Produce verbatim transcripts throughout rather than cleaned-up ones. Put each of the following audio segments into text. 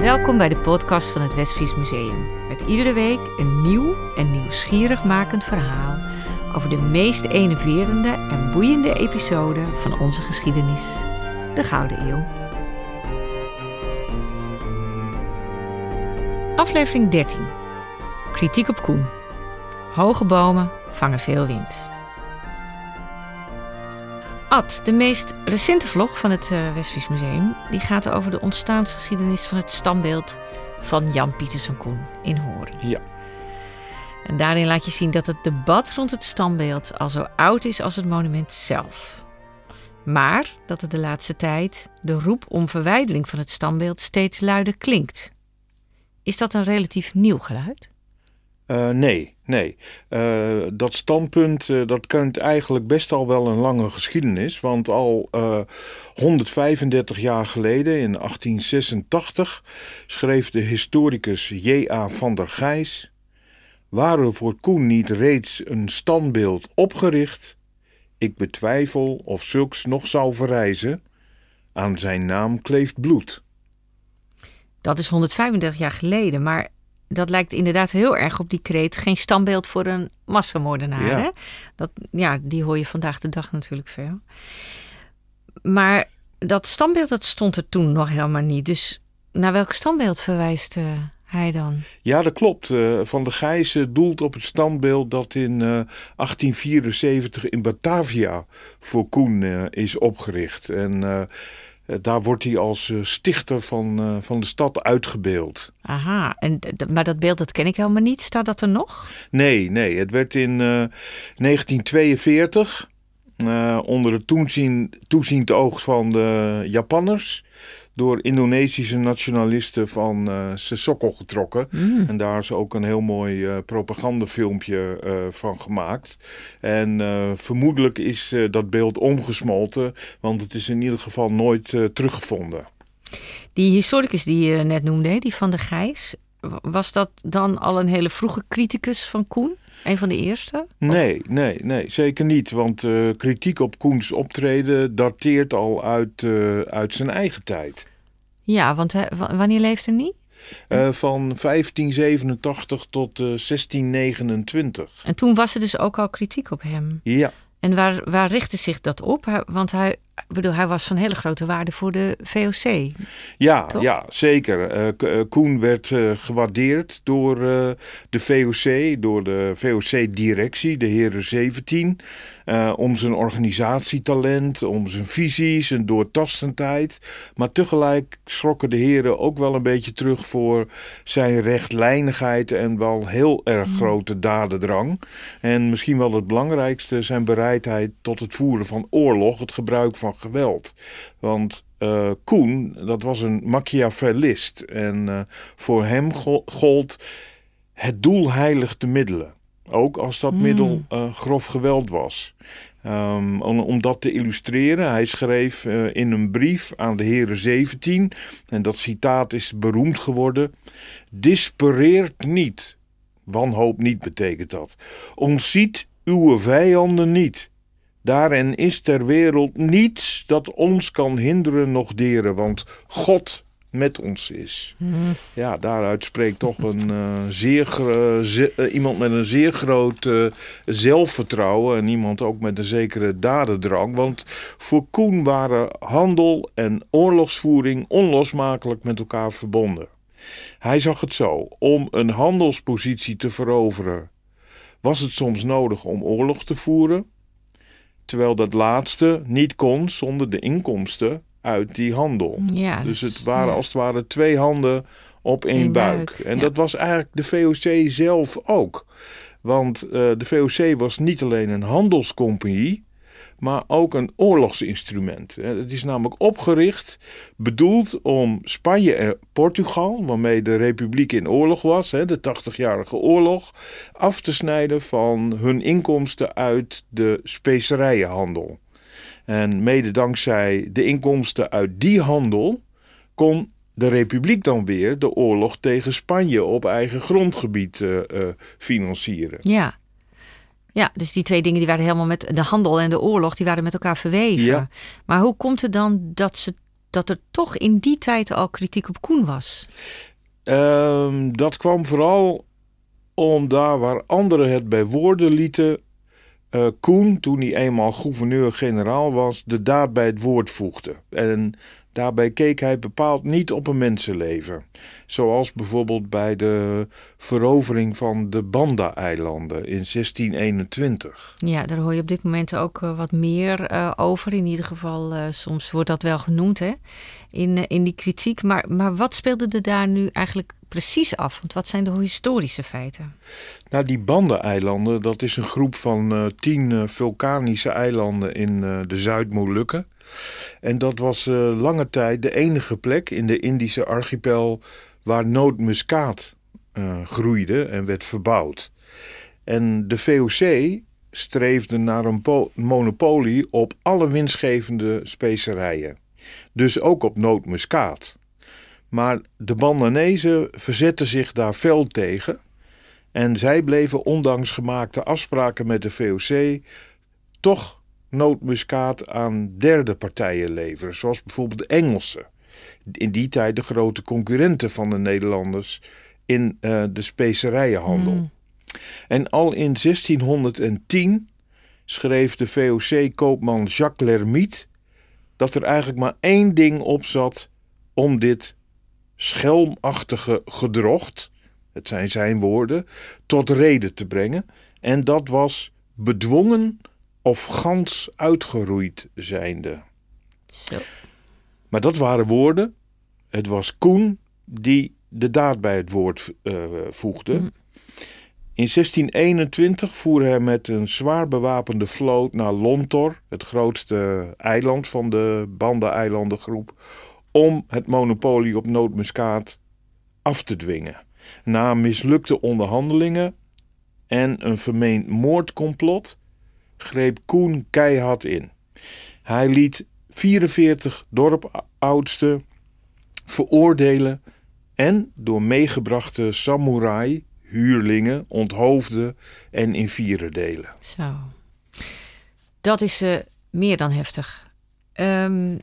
Welkom bij de podcast van het Westfries Museum. Met iedere week een nieuw en nieuwsgierig makend verhaal over de meest enerverende en boeiende episode van onze geschiedenis. De Gouden Eeuw. Aflevering dertien. Kritiek op Koen. Hoge bomen vangen veel wind. Ad, de meest recente vlog van het uh, Westfries Museum, die gaat over de ontstaansgeschiedenis van het standbeeld van Jan Pieterszoon Koen in Hoorn. Ja. En daarin laat je zien dat het debat rond het standbeeld al zo oud is als het monument zelf. Maar dat het de laatste tijd de roep om verwijdering van het standbeeld steeds luider klinkt. Is dat een relatief nieuw geluid? Uh, nee, nee. Uh, dat standpunt uh, dat kent eigenlijk best al wel een lange geschiedenis. Want al uh, honderdvijfendertig jaar geleden, in achttien zesentachtig, schreef de historicus J A van der Gijs: "Waren voor Koen niet reeds een standbeeld opgericht? Ik betwijfel of zulks nog zou verrijzen. Aan zijn naam kleeft bloed." Dat is honderdvijfendertig jaar geleden, maar dat lijkt inderdaad heel erg op die kreet: geen standbeeld voor een massamoordenaar. Ja. Hè? Dat, ja, die hoor je vandaag de dag natuurlijk veel. Maar dat standbeeld dat stond er toen nog helemaal niet. Dus naar welk standbeeld verwijst uh, hij dan? Ja, dat klopt. Uh, Van der Gijs uh, doelt op het standbeeld dat in uh, achttien vierenzeventig in Batavia voor Koen uh, is opgericht. En uh, daar wordt hij als uh, stichter van, uh, van de stad uitgebeeld. Aha, en, d- maar dat beeld dat ken ik helemaal niet. Staat dat er nog? Nee, nee. Het werd in uh, negentien tweeënveertig uh, onder het toezien, toeziend oog van de Japanners door Indonesische nationalisten van uh, zijn sokkel getrokken. Mm. En daar is ook een heel mooi uh, propagandafilmpje uh, van gemaakt. En uh, vermoedelijk is uh, dat beeld omgesmolten, want het is in ieder geval nooit uh, teruggevonden. Die historicus die je net noemde, die Van der Gijs, was dat dan al een hele vroege criticus van Koen? Een van de eerste? Nee, nee, nee, zeker niet. Want uh, kritiek op Koens optreden dateert al uit, uh, uit zijn eigen tijd. Ja, want hij, w- wanneer leefde hij? Uh, van vijftien zevenentachtig tot uh, zestien negenentwintig. En toen was er dus ook al kritiek op hem. Ja. En waar, waar richtte zich dat op? Hij, want hij, bedoel, hij was van hele grote waarde voor de V O C. Ja, Toch? ja, zeker. Uh, K- uh, Koen werd uh, gewaardeerd door uh, de V O C, door de V O C-directie, de heren zeventien, uh, om zijn organisatietalent, om zijn visie, zijn doortastendheid. Maar tegelijk schrokken de heren ook wel een beetje terug voor zijn rechtlijnigheid en wel heel erg mm. grote dadendrang. En misschien wel het belangrijkste, zijn bereidheid tot het voeren van oorlog, het gebruik van geweld. Want uh, Koen, dat was een Machiavellist. En uh, voor hem go- gold het doel heiligt de middelen. Ook als dat mm. middel uh, grof geweld was. Um, om, om dat te illustreren, hij schreef uh, in een brief aan de heren zeventien, en dat citaat is beroemd geworden: "Dispereert niet." Wanhoop niet betekent dat. "Ontziet uw vijanden niet. Daarin is ter wereld niets dat ons kan hinderen noch deren, want God met ons is." Mm. Ja, daaruit spreekt toch een uh, zeer gro- ze- uh, iemand met een zeer groot uh, zelfvertrouwen en iemand ook met een zekere dadendrang. Want voor Koen waren handel en oorlogsvoering onlosmakelijk met elkaar verbonden. Hij zag het zo: om een handelspositie te veroveren was het soms nodig om oorlog te voeren, terwijl dat laatste niet kon zonder de inkomsten uit die handel. Ja, dus, dus het waren ja. als het ware twee handen op één Eén buik. buik. En Ja. dat was eigenlijk de V O C zelf ook. Want uh, de V O C was niet alleen een handelscompagnie, maar ook een oorlogsinstrument. Het is namelijk opgericht, bedoeld om Spanje en Portugal, waarmee de republiek in oorlog was, de tachtigjarige oorlog, af te snijden van hun inkomsten uit de specerijenhandel. En mede dankzij de inkomsten uit die handel kon de republiek dan weer de oorlog tegen Spanje op eigen grondgebied uh, uh, financieren. Ja. Ja, dus die twee dingen die waren helemaal met de handel en de oorlog, die waren met elkaar verweven. Ja. Maar hoe komt het dan dat ze dat er toch in die tijd al kritiek op Koen was? Um, dat kwam vooral om daar waar anderen het bij woorden lieten, uh, Koen, toen hij eenmaal gouverneur-generaal was, de daad bij het woord voegde. En daarbij keek hij bepaald niet op een mensenleven. Zoals bijvoorbeeld bij de verovering van de Banda-eilanden in zestien eenentwintig. Ja, daar hoor je op dit moment ook uh, wat meer uh, over. In ieder geval, uh, soms wordt dat wel genoemd, hè, in, uh, in die kritiek. Maar, maar wat speelde er daar nu eigenlijk precies af? Want wat zijn de historische feiten? Nou, die Banda-eilanden, dat is een groep van uh, tien uh, vulkanische eilanden in uh, de Zuid-Molukken. En dat was uh, lange tijd de enige plek in de Indische archipel waar nootmuskaat uh, groeide en werd verbouwd. En de V O C streefde naar een po- monopolie op alle winstgevende specerijen. Dus ook op nootmuskaat. Maar de Bandanezen verzetten zich daar fel tegen. En zij bleven ondanks gemaakte afspraken met de V O C toch nootmuskaat aan derde partijen leveren, zoals bijvoorbeeld de Engelsen. In die tijd de grote concurrenten van de Nederlanders in uh, de specerijenhandel. Mm. En al in zestienhonderdtien schreef de V O C-koopman Jacques Lhermitte dat er eigenlijk maar één ding op zat om dit schelmachtige gedrocht, het zijn zijn woorden, tot reden te brengen. En dat was bedwongen of gans uitgeroeid zijnde. Zo. Maar dat waren woorden. Het was Koen die de daad bij het woord uh, voegde. Mm. In zestien eenentwintig voer hij met een zwaar bewapende vloot naar Lontor, het grootste eiland van de Banda-eilandengroep, om het monopolie op nootmuskaat af te dwingen. Na mislukte onderhandelingen en een vermeend moordcomplot greep Koen keihard in. Hij liet vierenveertig dorpoudsten veroordelen en door meegebrachte samurai, huurlingen, onthoofden en in vieren delen. Zo. Dat is uh, meer dan heftig. Um,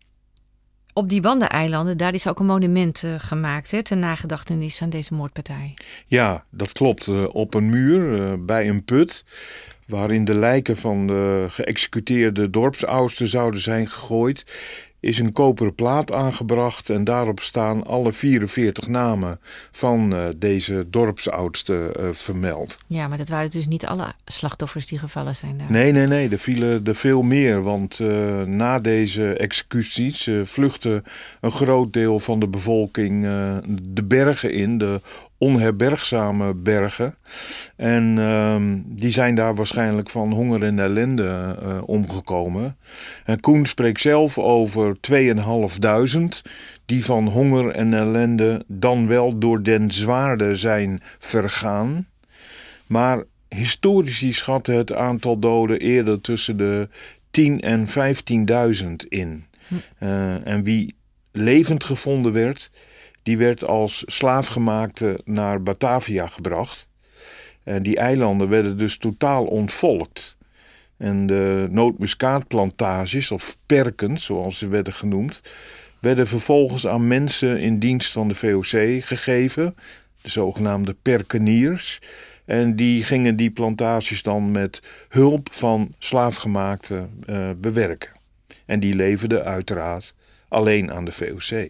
op die Banda-eilanden, daar is ook een monument uh, gemaakt, hè, ter nagedachtenis aan deze moordpartij. Ja, dat klopt. Uh, op een muur uh, bij een put, waarin de lijken van de geëxecuteerde dorpsoudsten zouden zijn gegooid, is een koperen plaat aangebracht en daarop staan alle vierenveertig namen van uh, deze dorpsoudsten uh, vermeld. Ja, maar dat waren dus niet alle slachtoffers die gevallen zijn daar. Nee, nee, nee, er vielen er veel meer, want uh, na deze executies uh, vluchtte een groot deel van de bevolking uh, de bergen in, de onherbergzame bergen. En uh, die zijn daar waarschijnlijk van honger en ellende uh, omgekomen. En Koen spreekt zelf over tweeënhalfduizend die van honger en ellende dan wel door den zwaarde zijn vergaan. Maar historici schatten het aantal doden eerder tussen de tien en vijftienduizend in. Hm. Uh, en wie levend gevonden werd, die werd als slaafgemaakte naar Batavia gebracht. En die eilanden werden dus totaal ontvolkt. En de nootmuskaatplantages, of perkens zoals ze werden genoemd, werden vervolgens aan mensen in dienst van de V O C gegeven, de zogenaamde perkeniers. En die gingen die plantages dan met hulp van slaafgemaakten uh, bewerken. En die leverden uiteraard alleen aan de V O C.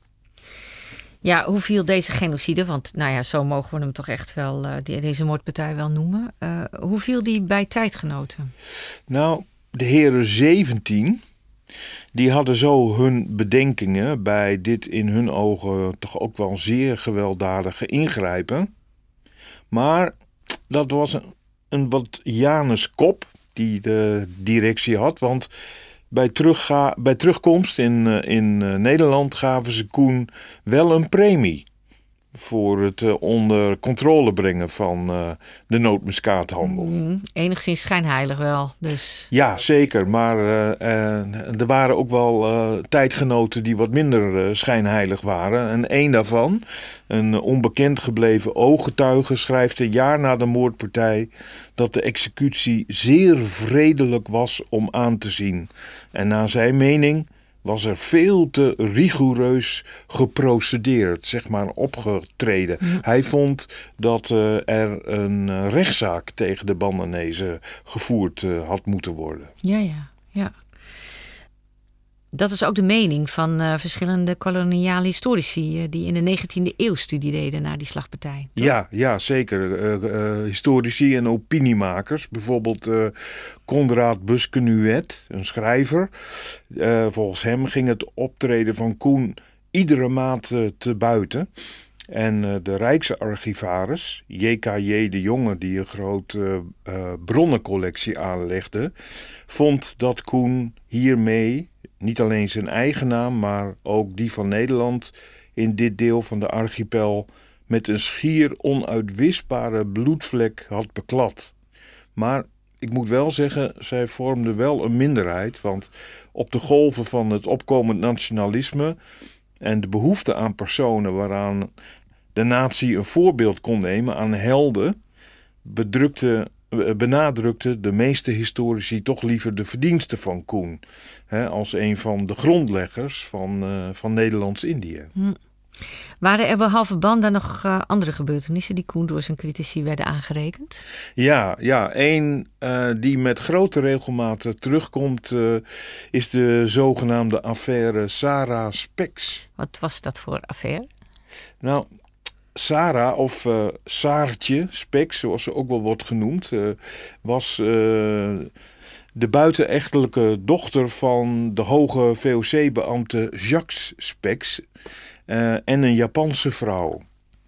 Ja, hoe viel deze genocide, want nou ja, zo mogen we hem toch echt wel, uh, die, deze moordpartij wel noemen. Uh, hoe viel die bij tijdgenoten? Nou, de heren zeventien, die hadden zo hun bedenkingen bij dit in hun ogen toch ook wel zeer gewelddadige ingrijpen. Maar dat was een, een wat Janus Kop die de directie had, want Bij, terugga- bij terugkomst in, uh, in uh, Nederland gaven ze Koen wel een premie voor het uh, onder controle brengen van uh, de nootmuskaathandel. Mm, enigszins schijnheilig wel, dus. Ja, zeker. Maar uh, uh, er waren ook wel uh, tijdgenoten die wat minder uh, schijnheilig waren. En één daarvan, een onbekend gebleven ooggetuige, schrijft een jaar na de moordpartij dat de executie zeer vredelijk was om aan te zien. En naar zijn mening was er veel te rigoureus geprocedeerd, zeg maar opgetreden. Ja. Hij vond dat uh, er een uh, rechtszaak tegen de Bandanezen gevoerd uh, had moeten worden. Ja, ja, ja. Dat is ook de mening van uh, verschillende koloniale historici uh, die in de negentiende eeuw studie deden naar die slagpartij. Toch? Ja, ja, zeker. Uh, uh, historici en opiniemakers. Bijvoorbeeld uh, Conrad Busquenuet, een schrijver. Uh, volgens hem ging het optreden van Koen iedere maand uh, te buiten. En uh, de Rijksarchivaris, J K J de Jonge, die een grote uh, uh, bronnencollectie aanlegde, vond dat Koen hiermee niet alleen zijn eigen naam, maar ook die van Nederland in dit deel van de archipel met een schier onuitwisbare bloedvlek had beklad. Maar ik moet wel zeggen, zij vormde wel een minderheid, want op de golven van het opkomend nationalisme en de behoefte aan personen waaraan de natie een voorbeeld kon nemen, aan helden, bedrukte benadrukte de meeste historici toch liever de verdiensten van Koen, hè, als een van de grondleggers van, uh, van Nederlands-Indië. Hm. Waren er behalve Banda nog uh, andere gebeurtenissen die Koen door zijn critici werden aangerekend? Ja, ja één uh, die met grote regelmaat terugkomt uh, is de zogenaamde affaire Sarah Speks. Wat was dat voor affaire? Nou, Sarah, of uh, Saartje Speks, zoals ze ook wel wordt genoemd, uh, was uh, de buitenechtelijke dochter van de hoge V O C-beambte Jacques Speks uh, en een Japanse vrouw.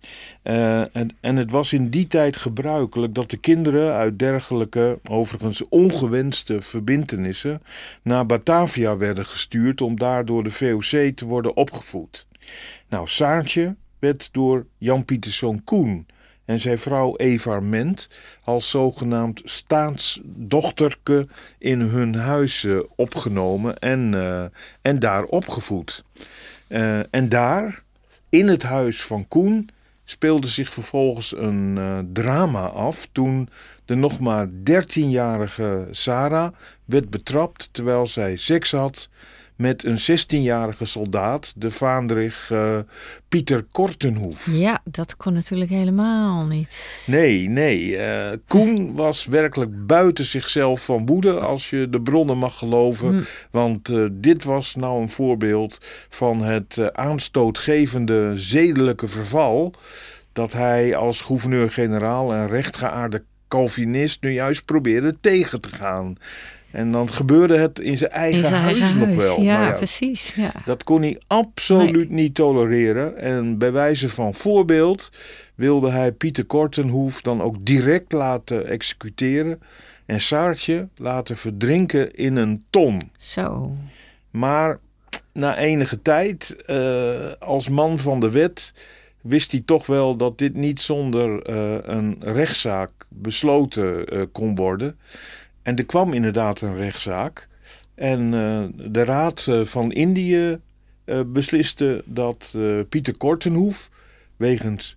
Uh, en, en het was in die tijd gebruikelijk dat de kinderen uit dergelijke, overigens ongewenste verbintenissen naar Batavia werden gestuurd om daar door de V O C te worden opgevoed. Nou, Saartje werd door Jan Pieterszoon Koen en zijn vrouw Eva Ment als zogenaamd staatsdochterke in hun huis uh, opgenomen en, uh, en daar opgevoed. Uh, en daar, in het huis van Koen, speelde zich vervolgens een uh, drama af toen de nog maar dertienjarige Sarah werd betrapt terwijl zij seks had met een zestienjarige soldaat, de vaandrig uh, Pieter Kortenhoef. Ja, dat kon natuurlijk helemaal niet. Nee, nee. Uh, Koen was werkelijk buiten zichzelf van woede, als je de bronnen mag geloven. Hm. Want uh, dit was nou een voorbeeld van het uh, aanstootgevende zedelijke verval dat hij als gouverneur-generaal en rechtgeaarde Calvinist nu juist probeerde tegen te gaan. En dan gebeurde het in zijn eigen, in zijn huis, eigen huis nog wel. Ja, ja, precies. Ja. Dat kon hij absoluut nee. niet tolereren. En bij wijze van voorbeeld wilde hij Pieter Kortenhoef dan ook direct laten executeren en Saartje laten verdrinken in een ton. Zo. Maar na enige tijd, uh, als man van de wet, wist hij toch wel dat dit niet zonder uh, een rechtszaak besloten uh, kon worden. En er kwam inderdaad een rechtszaak. En uh, de Raad uh, van Indië uh, besliste dat uh, Pieter Kortenhoef wegens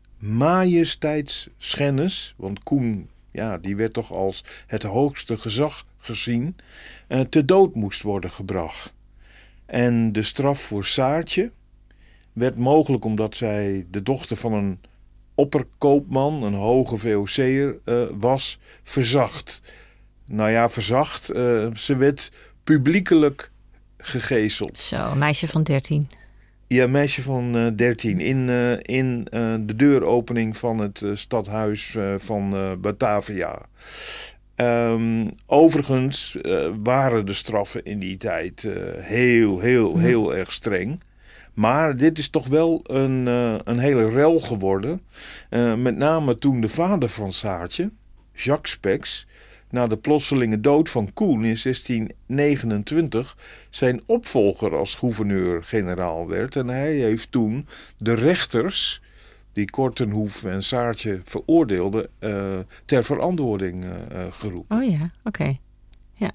majesteitsschennis, want Koen, ja, die werd toch als het hoogste gezag gezien, uh, te dood moest worden gebracht. En de straf voor Saartje werd mogelijk omdat zij de dochter van een opperkoopman, een hoge V O C'er, uh, was, verzacht. Nou ja, verzacht. Uh, ze werd publiekelijk gegezeld. Zo, een meisje van dertien. Ja, een meisje van uh, dertien. In, uh, in uh, de deuropening van het uh, stadhuis uh, van uh, Batavia. Um, overigens uh, waren de straffen in die tijd uh, heel, heel, heel ja. erg streng. Maar dit is toch wel een, uh, een hele rel geworden. Uh, met name toen de vader van Saartje, Jacques Speks, na de plotselinge dood van Koen in zestien negenentwintig zijn opvolger als gouverneur-generaal werd. En hij heeft toen de rechters die Kortenhoef en Saartje veroordeelden uh, ter verantwoording uh, geroepen. Oh ja, oké. Okay. Ja.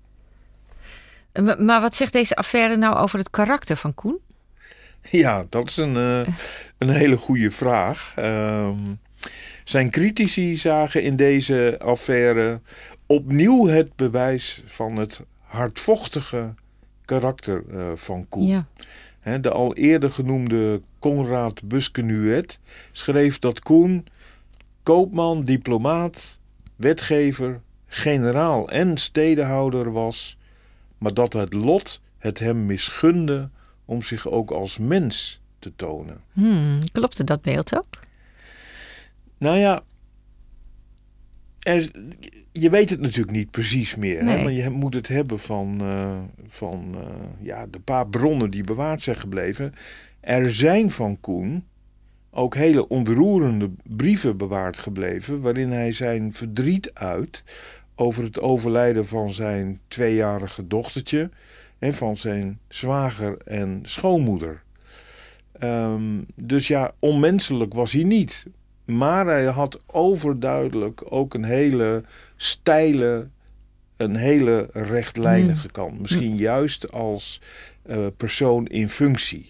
Maar wat zegt deze affaire nou over het karakter van Koen? Ja, dat is een, uh, een hele goede vraag. Uh, zijn critici zagen in deze affaire opnieuw het bewijs van het hardvochtige karakter uh, van Koen. Ja. He, de al eerder genoemde Konrad Buskenuet schreef dat Koen koopman, diplomaat, wetgever, generaal en stedehouder was, maar dat het lot het hem misgunde om zich ook als mens te tonen. Hmm, klopte dat beeld ook? Nou ja, er, je weet het natuurlijk niet precies meer. Nee. Hè? Maar je moet het hebben van, uh, van uh, ja, de paar bronnen die bewaard zijn gebleven. Er zijn van Koen ook hele ontroerende brieven bewaard gebleven, waarin hij zijn verdriet uit over het overlijden van zijn tweejarige dochtertje en van zijn zwager en schoonmoeder. Um, dus ja, onmenselijk was hij niet. Maar hij had overduidelijk ook een hele steile, een hele rechtlijnige kant. Misschien juist als uh, persoon in functie.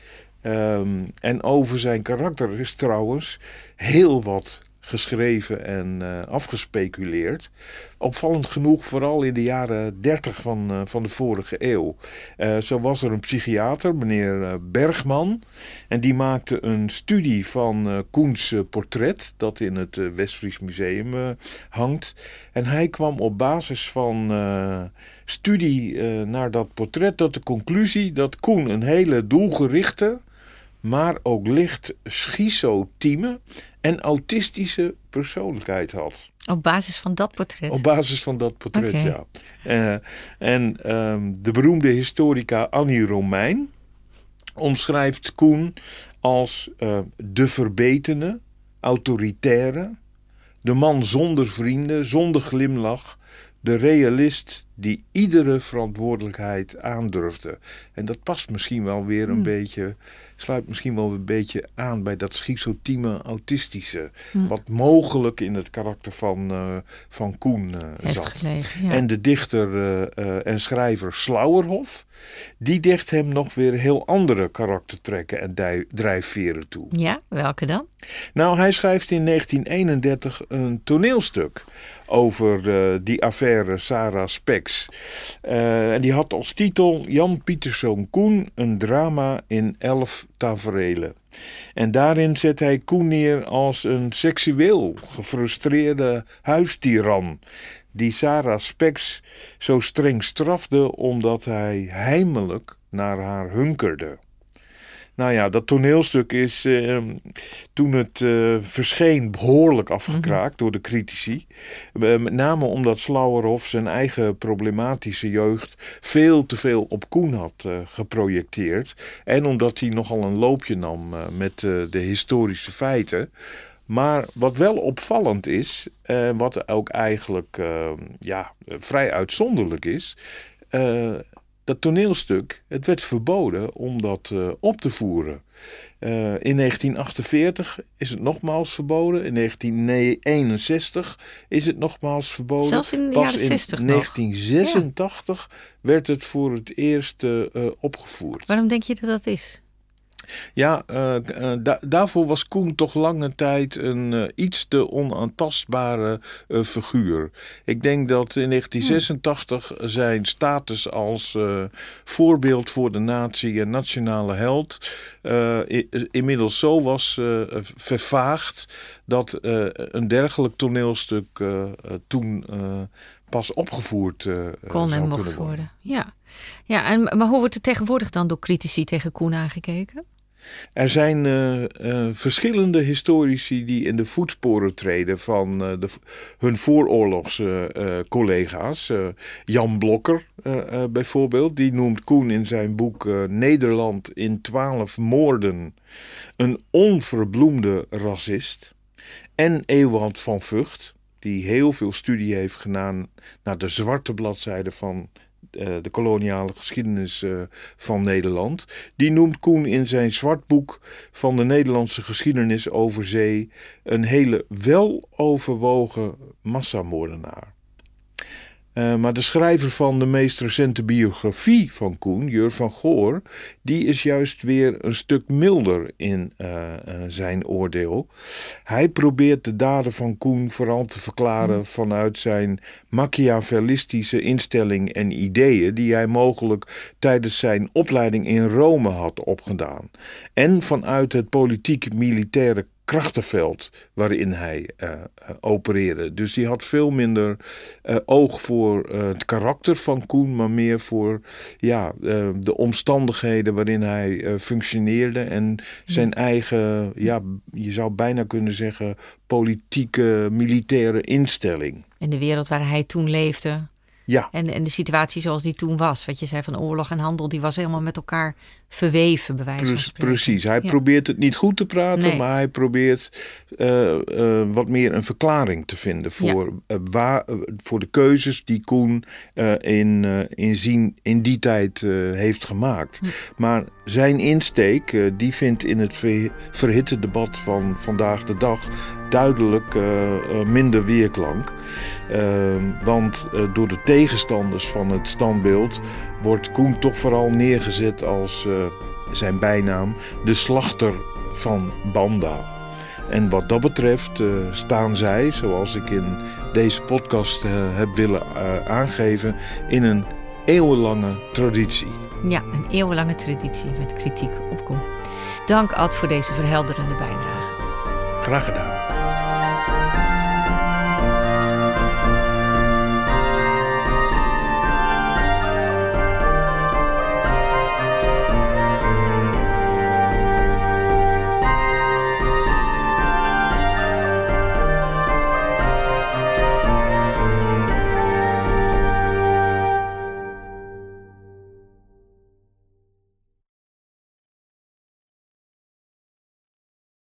Um, en over zijn karakter is trouwens heel wat geschreven en uh, afgespeculeerd. Opvallend genoeg vooral in de jaren dertig van, uh, van de vorige eeuw. Uh, zo was er een psychiater, meneer uh, Bergman. En die maakte een studie van uh, Koens uh, portret, dat in het uh, Westfries Museum uh, hangt. En hij kwam op basis van uh, studie uh, naar dat portret tot de conclusie dat Koen een hele doelgerichte, maar ook licht schizotieme en autistische persoonlijkheid had. Op basis van dat portret? Op basis van dat portret, okay. ja. Uh, en um, de beroemde historica Annie Romein omschrijft Koen als uh, de verbetene, autoritaire, de man zonder vrienden, zonder glimlach, de realist die iedere verantwoordelijkheid aandurfde. En dat past misschien wel weer een hmm. beetje, sluit misschien wel een beetje aan bij dat schizotieme, autistische, hmm. wat mogelijk in het karakter van, uh, van Koen uh, zat. Gelegen, ja. En de dichter uh, uh, en schrijver Slauerhoff, die dicht hem nog weer heel andere karaktertrekken en dij- drijfveren toe. Ja, welke dan? Nou, hij schrijft in negentien eenendertig een toneelstuk over uh, die affaire Sarah Spex. Uh, en die had als titel Jan Pieterszoon Koen, een drama in elf taferelen. En daarin zet hij Koen neer als een seksueel gefrustreerde huistiran, die Sarah Spex zo streng strafde omdat hij heimelijk naar haar hunkerde. Nou ja, dat toneelstuk is uh, toen het uh, verscheen behoorlijk afgekraakt mm-hmm. door de critici. Uh, met name omdat Slauerhoff zijn eigen problematische jeugd veel te veel op Koen had uh, geprojecteerd. En omdat hij nogal een loopje nam uh, met uh, de historische feiten. Maar wat wel opvallend is, uh, wat ook eigenlijk uh, ja, vrij uitzonderlijk is, Uh, dat toneelstuk, het werd verboden om dat uh, op te voeren. Uh, in negentien achtenveertig is het nogmaals verboden. In negentien eenenzestig is het nogmaals verboden. Zelfs in de Pas jaren zestig in nog. negentien zesentachtig ja. werd het voor het eerst uh, opgevoerd. Waarom denk je dat dat is? Ja, uh, uh, da- daarvoor was Koen toch lange tijd een uh, iets te onaantastbare uh, figuur. Ik denk dat in negentien zesentachtig zijn status als uh, voorbeeld voor de natie en nationale held uh, i- inmiddels zo was uh, vervaagd dat uh, een dergelijk toneelstuk uh, uh, toen uh, pas opgevoerd uh, kon en mocht worden. worden. Ja, ja en, maar hoe wordt er tegenwoordig dan door critici tegen Koen aangekeken? Er zijn uh, uh, verschillende historici die in de voetsporen treden van uh, de, hun vooroorlogse uh, collega's. Uh, Jan Blokker uh, uh, bijvoorbeeld, die noemt Koen in zijn boek uh, Nederland in twaalf moorden een onverbloemde racist. En Ewald van Vught, die heel veel studie heeft gedaan naar de zwarte bladzijde van Uh, de koloniale geschiedenis uh, van Nederland. Die noemt Koen in zijn zwartboek van de Nederlandse geschiedenis over zee een hele weloverwogen massamoordenaar. Uh, maar de schrijver van de meest recente biografie van Koen, Jur van Goor, die is juist weer een stuk milder in uh, uh, zijn oordeel. Hij probeert de daden van Koen vooral te verklaren mm. vanuit zijn machiavellistische instelling en ideeën die hij mogelijk tijdens zijn opleiding in Rome had opgedaan. En vanuit het politiek-militaire krachtenveld waarin hij uh, uh, opereerde. Dus die had veel minder uh, oog voor uh, het karakter van Koen, maar meer voor ja, uh, de omstandigheden waarin hij uh, functioneerde en zijn ja. eigen, ja, je zou bijna kunnen zeggen, politieke, militaire instelling. En de wereld waar hij toen leefde. Ja. En, en de situatie zoals die toen was. Wat je zei van oorlog en handel, die was helemaal met elkaar verweven, bij wijze van spreken. Precies. Hij ja. probeert het niet goed te praten, nee. maar hij probeert uh, uh, wat meer een verklaring te vinden voor, ja. uh, waar, uh, voor de keuzes die Koen uh, in, uh, in, zien, in die tijd uh, heeft gemaakt. Hm. Maar zijn insteek, uh, die vindt in het ver, verhitte debat van vandaag de dag duidelijk uh, uh, minder weerklank. Uh, want uh, door de tegenstanders van het standbeeld wordt Koen toch vooral neergezet als uh, zijn bijnaam de slachter van Banda. En wat dat betreft uh, staan zij, zoals ik in deze podcast uh, heb willen uh, aangeven, in een eeuwenlange traditie. Ja, een eeuwenlange traditie met kritiek op Koen. Dank Ad voor deze verhelderende bijdrage. Graag gedaan.